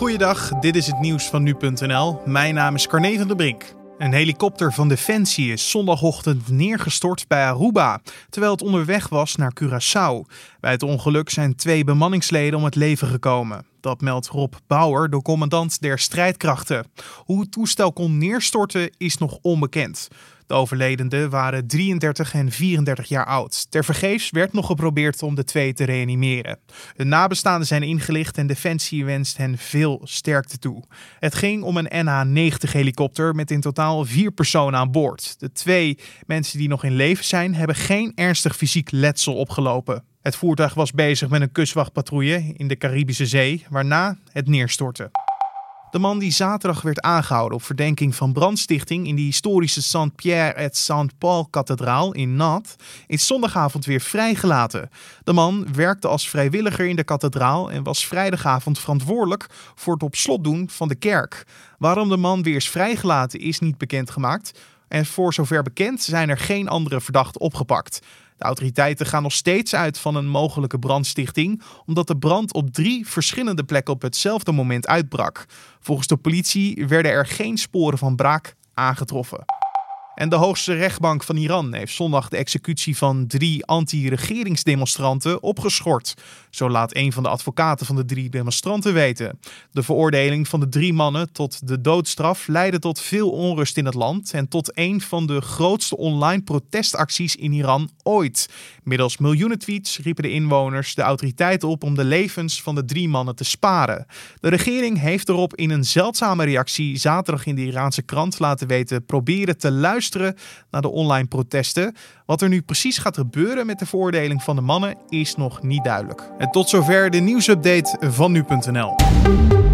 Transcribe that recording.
Goeiedag, dit is het nieuws van nu.nl. Mijn naam is Carne van der Brink. Een helikopter van Defensie is zondagochtend neergestort bij Aruba, terwijl het onderweg was naar Curaçao. Bij het ongeluk zijn 2 bemanningsleden om het leven gekomen. Dat meldt Rob Bauer, de commandant der strijdkrachten. Hoe het toestel kon neerstorten is nog onbekend. De overledenden waren 33 en 34 jaar oud. Tevergeefs werd nog geprobeerd om de 2 te reanimeren. De nabestaanden zijn ingelicht en Defensie wenst hen veel sterkte toe. Het ging om een NH-90-helikopter met in totaal 4 personen aan boord. De 2 mensen die nog in leven zijn, hebben geen ernstig fysiek letsel opgelopen. Het voertuig was bezig met een kustwachtpatrouille in de Caribische Zee, waarna het neerstortte. De man die zaterdag werd aangehouden op verdenking van brandstichting in de historische Saint-Pierre et Saint-Paul-kathedraal in Nantes is zondagavond weer vrijgelaten. De man werkte als vrijwilliger in de kathedraal en was vrijdagavond verantwoordelijk voor het op slot doen van de kerk. Waarom de man weer is vrijgelaten is niet bekendgemaakt en voor zover bekend zijn er geen andere verdachten opgepakt. De autoriteiten gaan nog steeds uit van een mogelijke brandstichting, omdat de brand op 3 verschillende plekken op hetzelfde moment uitbrak. Volgens de politie werden er geen sporen van braak aangetroffen. En de hoogste rechtbank van Iran heeft zondag de executie van 3 anti-regeringsdemonstranten opgeschort. Zo laat een van de advocaten van de 3 demonstranten weten. De veroordeling van de 3 mannen tot de doodstraf leidde tot veel onrust in het land en tot een van de grootste online protestacties in Iran ooit. Middels miljoenen tweets riepen de inwoners de autoriteiten op om de levens van de 3 mannen te sparen. De regering heeft erop in een zeldzame reactie zaterdag in de Iraanse krant laten weten proberen te luisteren naar de online protesten. Wat er nu precies gaat gebeuren met de veroordeling van de mannen is nog niet duidelijk. En tot zover de nieuwsupdate van nu.nl.